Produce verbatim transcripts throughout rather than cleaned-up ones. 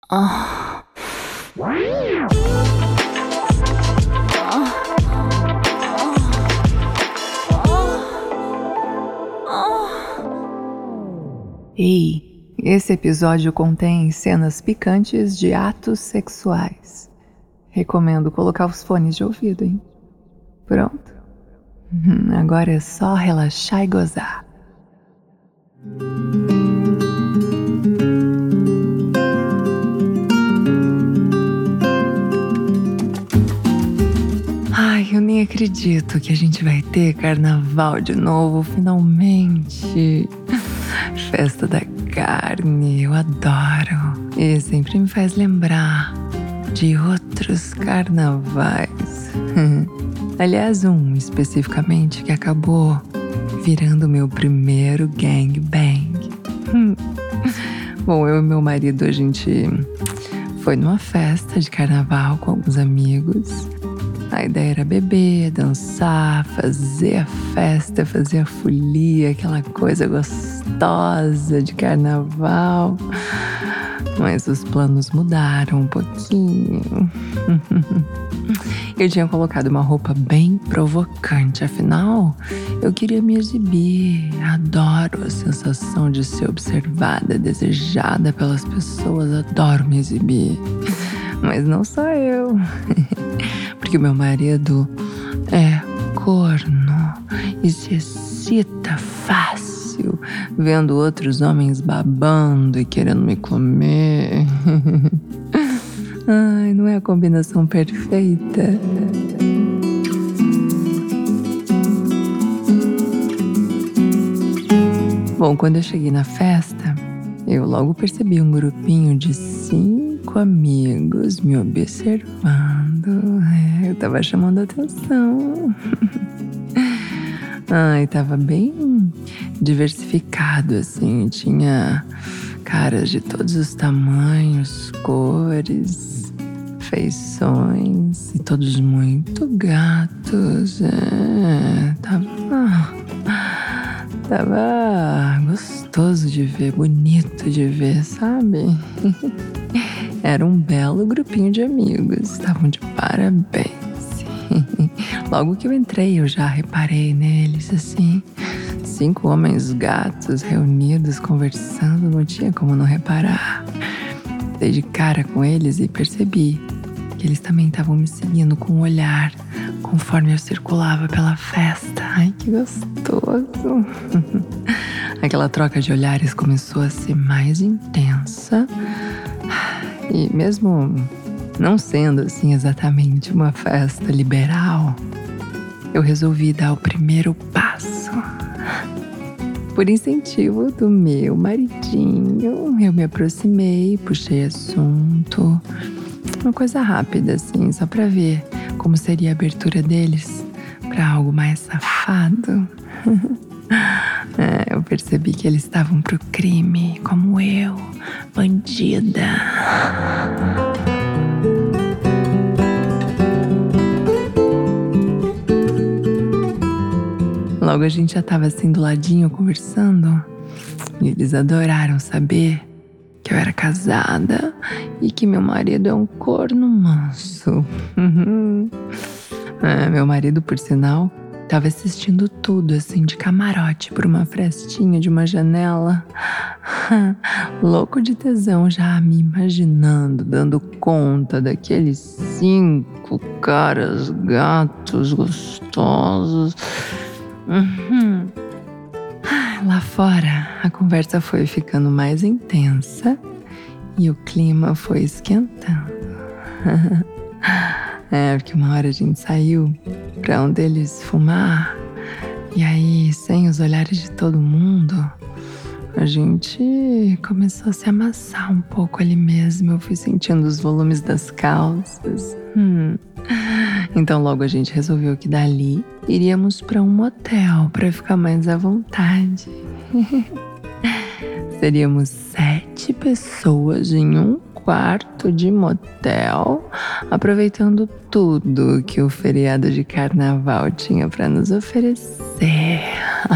Ah. Ei, esse episódio contém cenas picantes de atos sexuais. Recomendo colocar os fones de ouvido, hein? Pronto? Hum, agora é só relaxar e gozar. Ai, eu nem acredito que a gente vai ter carnaval de novo, finalmente. Festa da carne, eu adoro. E sempre me faz lembrar de outros carnavais. Aliás, um especificamente que acabou virando meu primeiro gangbang. Bom, eu e meu marido, a gente foi numa festa de carnaval com alguns amigos. A ideia era beber, dançar, fazer a festa, fazer a folia, aquela coisa gostosa de carnaval. Mas os planos mudaram um pouquinho. Eu tinha colocado uma roupa bem provocante, afinal, eu queria me exibir. Adoro a sensação de ser observada, desejada pelas pessoas, adoro me exibir. Mas não só eu. Porque o meu marido é corno e se excita fácil vendo outros homens babando e querendo me comer. Ai, não é a combinação perfeita? Bom, quando eu cheguei na festa, eu logo percebi um grupinho de cinco amigos me observando. É, eu tava chamando a atenção. Ai, tava bem diversificado, assim. Tinha caras de todos os tamanhos, cores, feições. E todos muito gatos. É, tava... Tava gostoso de ver, bonito de ver, sabe? Era um belo grupinho de amigos, estavam de parabéns. Logo que eu entrei, eu já reparei neles, assim. Cinco homens gatos reunidos, conversando, não tinha como não reparar. Dei de cara com eles e percebi que eles também estavam me seguindo com o olhar, conforme eu circulava pela festa. Ai, que gostoso! Aquela troca de olhares começou a ser mais intensa. E mesmo não sendo assim exatamente uma festa liberal, eu resolvi dar o primeiro passo. Por incentivo do meu maridinho, eu me aproximei, puxei assunto. Uma coisa rápida, assim, só pra ver como seria a abertura deles pra algo mais safado. É, eu percebi que eles estavam pro crime, como eu, bandida. Logo a gente já tava assim do ladinho conversando e eles adoraram saber que eu era casada e que meu marido é um corno manso. É, meu marido, por sinal, tava assistindo tudo assim de camarote por uma frestinha de uma janela. Louco de tesão, já me imaginando dando conta daqueles cinco caras gatos gostosos. Uhum. Lá fora, a conversa foi ficando mais intensa e o clima foi esquentando. É, porque uma hora a gente saiu pra um deles fumar e aí, sem os olhares de todo mundo, a gente começou a se amassar um pouco ali mesmo. Eu fui sentindo os volumes das calças. Hum. Então logo a gente resolveu que dali iríamos para um motel para ficar mais à vontade. Seríamos sete pessoas em um quarto de motel, aproveitando tudo que o feriado de carnaval tinha para nos oferecer.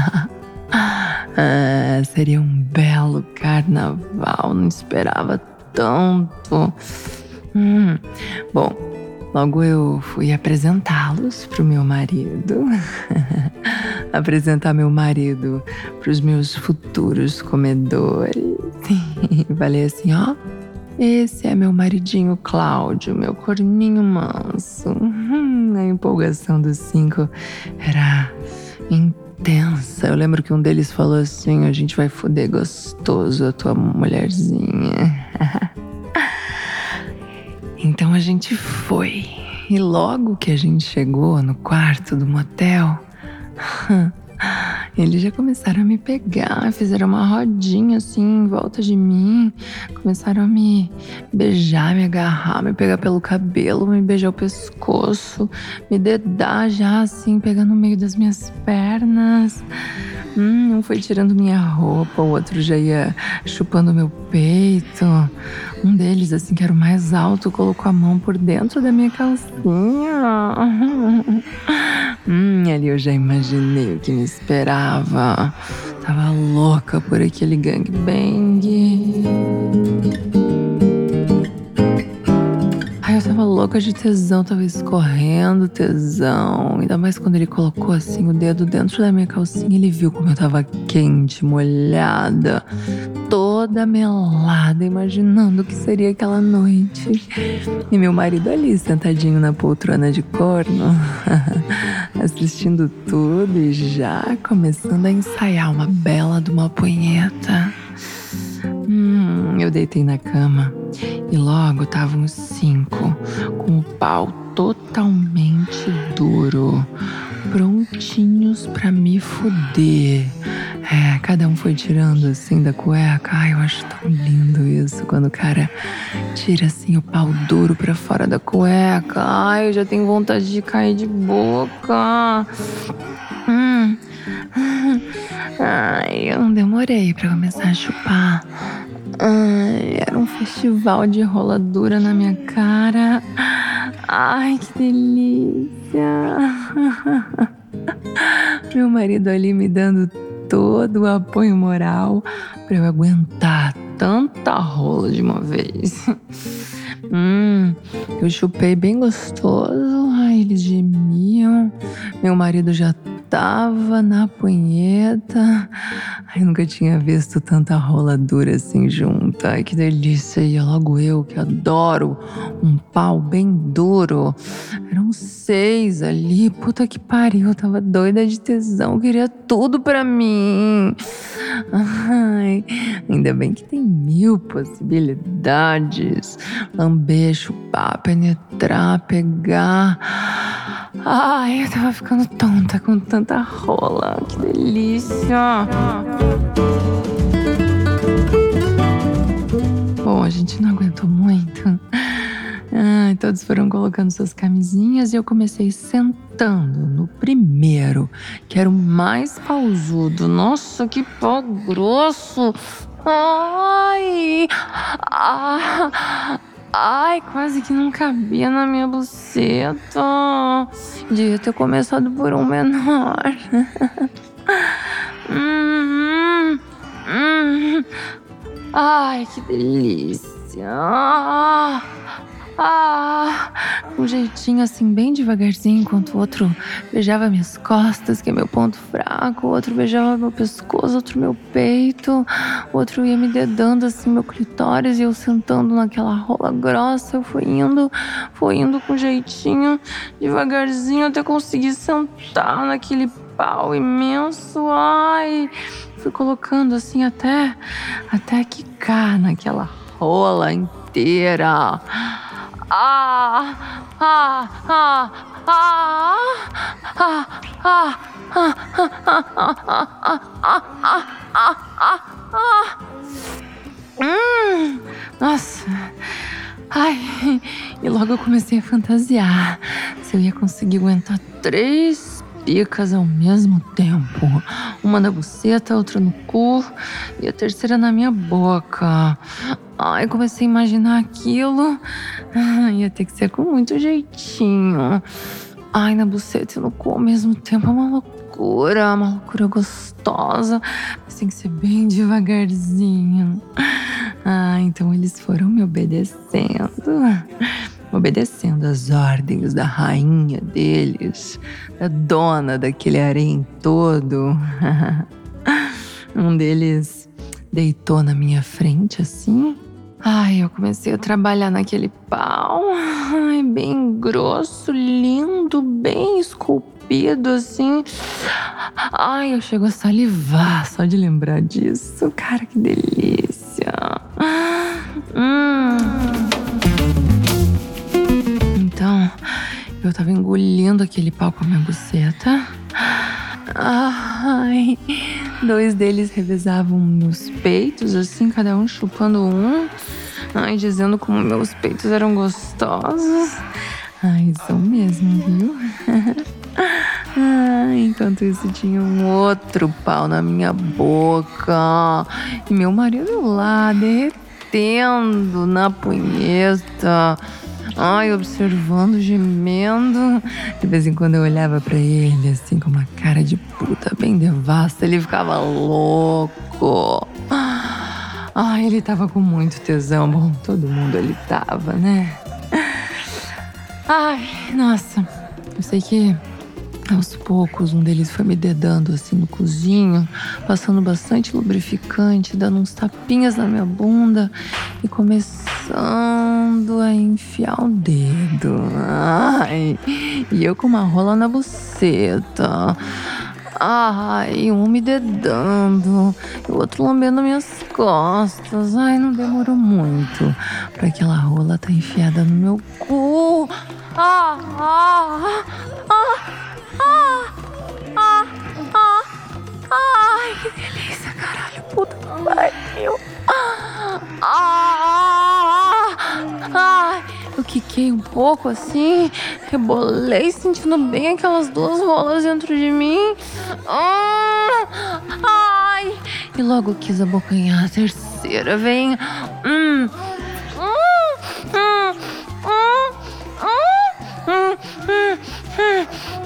Ah, seria um belo carnaval, não esperava tanto. Hum, bom, logo eu fui apresentá-los pro meu marido. Apresentar meu marido pros meus futuros comedores. Falei assim, ó. Esse é meu maridinho Cláudio, meu corninho manso. Hum, a empolgação dos cinco era intensa. Eu lembro que um deles falou assim, a gente vai foder gostoso a tua mulherzinha. Então a gente foi. E logo que a gente chegou no quarto do motel, eles já começaram a me pegar, fizeram uma rodinha assim em volta de mim, começaram a me beijar, me agarrar, me pegar pelo cabelo, me beijar o pescoço, me dedar já assim, pegar no meio das minhas pernas. Hum, um foi tirando minha roupa, o outro já ia chupando meu peito. Um deles, assim, que era o mais alto, colocou a mão por dentro da minha calcinha. Hum, ali eu já imaginei o que me esperava. Tava louca por aquele gangbang. Ai, eu tava louca de tesão, tava escorrendo tesão. Ainda mais quando ele colocou assim o dedo dentro da minha calcinha. Ele viu como eu tava quente, molhada, toda melada, imaginando o que seria aquela noite. E meu marido ali, sentadinho na poltrona de corno, assistindo tudo e já começando a ensaiar uma bela de uma punheta. Hum, eu deitei na cama e logo estavam os cinco com o pau totalmente duro, prontinhos pra me fuder. É, cada um foi tirando assim da cueca. Ai, eu acho tão lindo isso, quando o cara tira assim o pau duro pra fora da cueca. Ai, eu já tenho vontade de cair de boca. Hum. Ai, eu não demorei pra começar a chupar. Ai, era um festival de roladura na minha cara. Ai, que delícia. Meu marido ali me dando todo o apoio moral pra eu aguentar tanta rola de uma vez. Hum, eu chupei bem gostoso. Ai, eles gemiam. Meu marido já tava na punheta. Ai, nunca tinha visto tanta rola dura assim junta. Ai, que delícia. E logo eu, que adoro um pau bem duro. Eram seis ali. Puta que pariu. Eu tava doida de tesão. Queria tudo pra mim. Ai, ainda bem que tem mil possibilidades. Lamber, chupar, penetrar, pegar. Ai, eu tava ficando tonta com tanta rola. Que delícia. Bom, a gente não aguentou muito. Ai, todos foram colocando suas camisinhas e eu comecei sentando no primeiro, que era o mais pausudo. Nossa, que pau grosso! Ai! Ah! Ai, quase que não cabia na minha buceta. Devia ter começado por um menor. hum, hum. Ai, que delícia. Ah, ah, um jeitinho assim, bem devagarzinho, enquanto o outro beijava minhas costas, que é meu ponto fraco, o outro beijava meu pescoço, outro meu peito, o outro ia me dedando assim, meu clitóris, e eu sentando naquela rola grossa. Eu fui indo, fui indo com jeitinho, devagarzinho, até conseguir sentar naquele pau imenso. Ai, fui colocando assim até, até quicar naquela rola inteira. Ah, ah, ah, ah, ah, ah, ah, ah, ah, ah. Hum, nossa. Ai, e logo eu comecei a fantasiar se eu ia conseguir aguentar três picas ao mesmo tempo. Uma na buceta, outra no cu e a terceira na minha boca. Ai, comecei a imaginar aquilo. Ai, ia ter que ser com muito jeitinho. Ai, na buceta e no cu ao mesmo tempo. É uma loucura, uma loucura gostosa. Mas tem que ser bem devagarzinho. Ah, então eles foram me obedecendo. Obedecendo às ordens da rainha deles, da dona daquele harém todo. Um deles deitou na minha frente assim. Ai, eu comecei a trabalhar naquele pau. Ai, bem grosso, lindo, bem esculpido assim. Ai, eu chego a salivar só de lembrar disso. Cara, que delícia. Hum. Então, eu tava engolindo aquele pau com a minha buceta. Ai, dois deles revezavam meus peitos, assim, cada um chupando um. Ai, dizendo como meus peitos eram gostosos. Ai, são mesmo, viu? Ai, enquanto isso tinha um outro pau na minha boca. E meu marido lá, derretendo na punheta. Ai, observando, gemendo. De vez em quando eu olhava pra ele, assim, com uma cara de puta bem devassa. Ele ficava louco. Ai, ele tava com muito tesão. Bom, todo mundo ali tava, né? Ai, nossa. Eu sei que aos poucos um deles foi me dedando assim no cozinho, passando bastante lubrificante, dando uns tapinhas na minha bunda e começando a enfiar o dedo. Ai, e eu com uma rola na buceta. Ai, um me dedando e o outro lambendo minhas costas. Ai, não demorou muito pra aquela rola tá enfiada no meu cu. Ah, ah, ah, ah, ah, ah, ai, que delícia, caralho, puta que pariu. Ah, ah, ai, eu quiquei um pouco assim, rebolei, sentindo bem aquelas duas rolas dentro de mim. Ah, ai, e logo quis abocanhar a terceira, vem. Hum, hum, hum, hum, hum, hum, hum,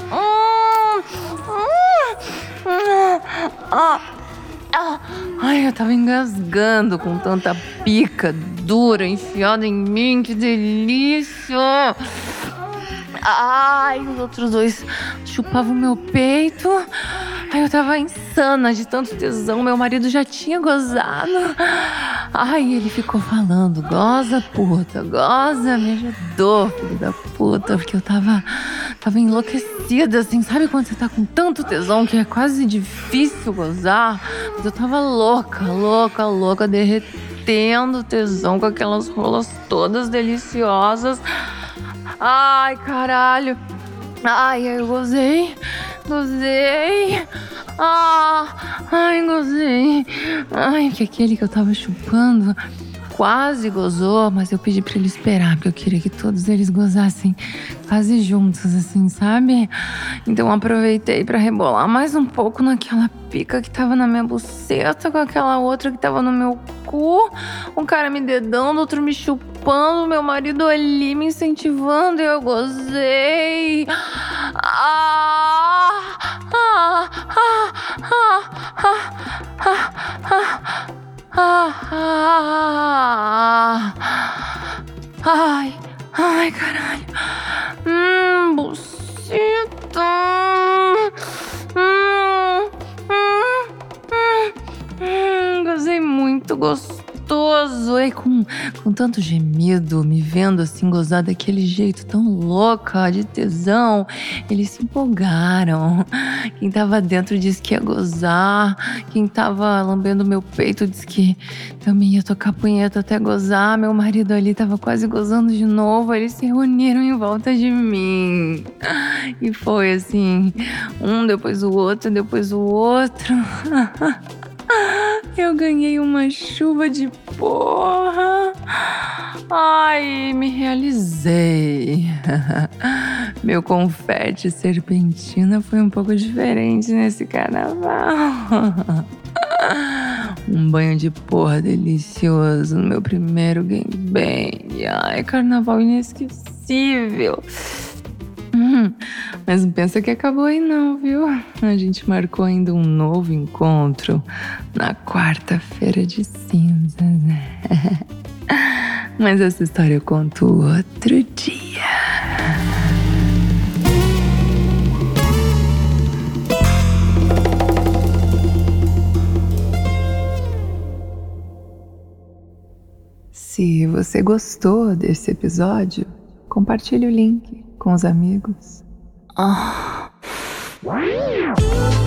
hum, ah, ah. Ai, eu tava engasgando com tanta pica dura enfiada em mim, que delícia! Ai, os outros dois chupavam meu peito. Ai, eu tava insana de tanto tesão. Meu marido já tinha gozado. Ai, ele ficou falando: goza, puta, goza. Me ajudou, filho da puta. Porque eu tava, tava enlouquecida, assim. Sabe quando você tá com tanto tesão que é quase difícil gozar? Mas eu tava louca, louca, louca, derretendo tesão com aquelas rolas todas deliciosas. Ai, caralho. Ai, eu gozei. Gozei. Ah, ai, gozei. Ai, que aquele que eu tava chupando quase gozou, mas eu pedi pra ele esperar, porque eu queria que todos eles gozassem quase juntos, assim, sabe? Então eu aproveitei pra rebolar mais um pouco naquela pica que tava na minha buceta, com aquela outra que tava no meu cu. Um cara me dedando, outro me chupando, meu marido ali me incentivando e eu gozei. Ah, ah, ah, ah, ah, ah, ah. Ah, ah, ah, ai, ai, caralho. Hum, buceta. Hum, hum, hum, hum, gozei muito gostoso. E com, com tanto gemido, me vendo assim gozar daquele jeito tão louca, de tesão. Eles se empolgaram. Quem tava dentro disse que ia gozar. Quem tava lambendo meu peito disse que também ia tocar punheta até gozar. Meu marido ali tava quase gozando de novo. Eles se reuniram em volta de mim. E foi assim, um depois o outro, depois o outro. Eu ganhei uma chuva de porra. Ai, me realizei. Meu confete serpentina foi um pouco diferente nesse carnaval. Um banho de porra delicioso no meu primeiro gangbang. Ai, carnaval inesquecível. Mas não pensa que acabou aí não, viu? A gente marcou ainda um novo encontro na quarta-feira de cinzas. Mas essa história eu conto outro dia. Se você gostou desse episódio, compartilhe o link com os amigos. Oh.